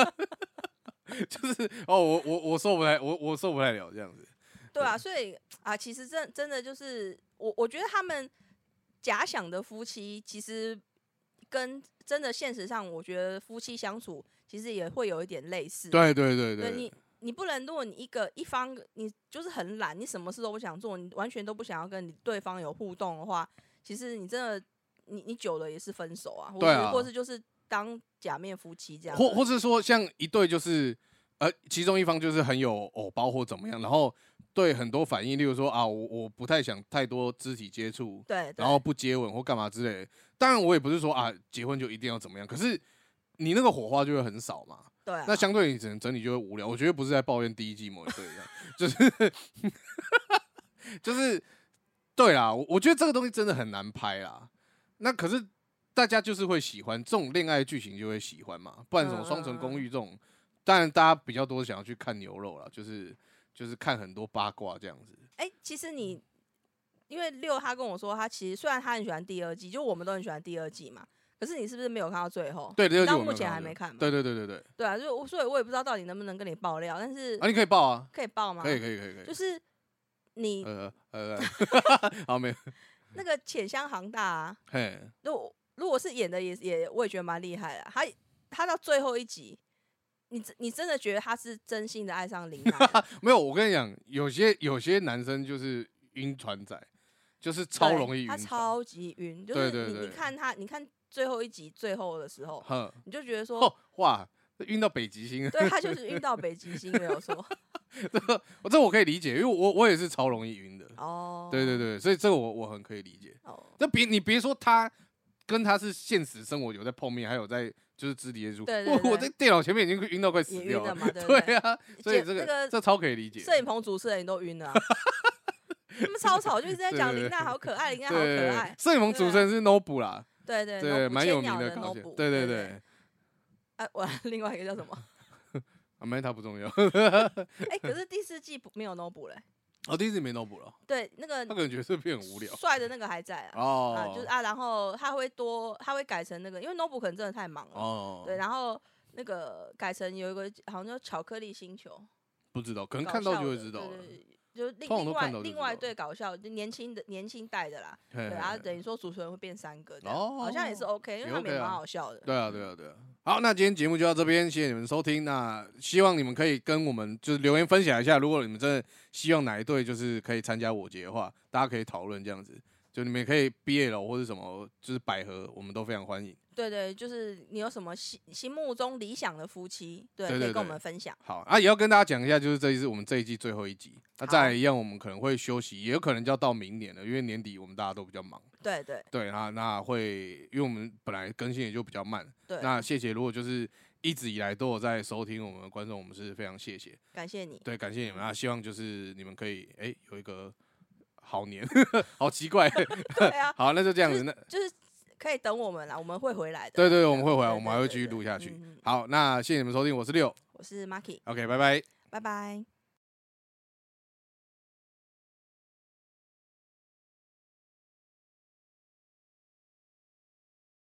就是哦，我我我受不太我我受不太了这样子。 对啊，所以啊，其实真真的就是我我觉得他们假想的夫妻其实。跟真的现实上，我觉得夫妻相处其实也会有一点类似。 对对对 对, 对，你你不能，如果你一个一方你就是很懒，你什么事都不想做，你完全都不想要跟你对方有互动的话，其实你真的你你久了也是分手啊，或对啊， 或是就是当假面夫妻这样， 或或是说像一对就是呃其中一方就是很有偶包或怎么样，然后。对很多反应，例如说啊，我我不太想太多肢体接触， 对， 然后不接吻或干嘛之类的。当然，我也不是说啊，结婚就一定要怎么样，可是你那个火花就会很少嘛。 对、啊， 那相对你整整体就会无聊。我觉得不是在抱怨第一季某一对一样，就是就是对啦，我我觉得这个东西真的很难拍啦。那可是大家就是会喜欢这种恋爱剧情，就会喜欢嘛。不然什么双层公寓这种，当然大家比较多想要去看牛肉啦，就是。就是看很多八卦这样子。 哎、欸，其实你因为六他跟我说，他其实虽然他很喜欢第二季，就我们都很喜欢第二季嘛，可是你是不是没有看到最后？ 对，第二季到目前还没看嘛。 对对对对对。 对啊，就所以我也不知道到底能不能跟你爆料，但是啊，你可以爆啊， 可以爆吗？ 可以可以可以可以。 就是你呃呃，好没有。 那个浅香航大啊，嘿，如果如果是演的也也，我也觉得蛮厉害的。他他到最后一集。你你真的觉得他是真心的爱上林奈？ 没有，我跟你讲，有些有些男生就是晕船仔，就是超容易晕。 他超级晕，就是你对对对你看他，你看最后一集最后的时候，你就觉得说，哦、 哇，晕到北极星。 对他就是晕到北极星，没有错。 这我这我可以理解，因为我我也是超容易晕的。哦，对对对，所以这个我我很可以理解。哦，那别你别说他跟他是现实生活有在碰面，还有在。就是肢体接触，我我在电脑前面已经晕到快死掉了， 了嘛，对, 对, 对啊，所以这个、那个、这超可以理解。 摄影棚主持人都晕了、啊，他们超吵，就一直在讲林娜好可爱，林娜好可爱。 摄影棚主持人是 Nobu 啦， 对对对，蛮有名的搞笑，对对对。 啊，我另外一个叫什么？ 啊，没他不重要。 哎，可是第四季没有 Nobu 嘞。 哦，第一次没 Nobu 了。 对，那个他可能觉得这片很无聊。 帅的那个还在啊。哦。啊，就是啊，然后他会多，他会改成那个，因为 Nobu 可能真的太忙了。哦。对，然后那个改成有一个好像叫巧克力星球。 不知道，可能看到就会知道了。 对对对，就另另外另外对搞笑，就年轻的年轻代的啦。对，然后等于说主持人会变三个，哦，好像也是 OK， 因为他们也蛮好笑的。 对啊，对啊，对啊。好，那今天节目就到这边，谢谢你们收听。那希望你们可以跟我们就是留言分享一下，如果你们真的希望哪一队就是可以参加我节的话，大家可以讨论这样子。就你们也可以 B L 或者什么，就是百合，我们都非常欢迎。 对对，就是你有什么心心目中理想的夫妻，对，对对对可以跟我们分享。 好啊，也要跟大家讲一下，就是这一次我们这一季最后一集。那再来一样，我们可能会休息，也有可能就要到明年了，因为年底我们大家都比较忙。 对对对，那那会，因为我们本来更新也就比较慢。 对， 那谢谢，如果就是一直以来都有在收听我们的观众，我们是非常谢谢， 感谢你。 对，感谢你们啊！希望就是你们可以哎、欸、有一个好年，好奇怪。 对啊， 好，那就这样子，那就是可以等我们啦，我们会回来的。 对 对, 對，我们会回来，我们还会继续录下去。好，那谢谢你们收听，我是六， 我是 Maki， OK， 拜拜， 拜拜。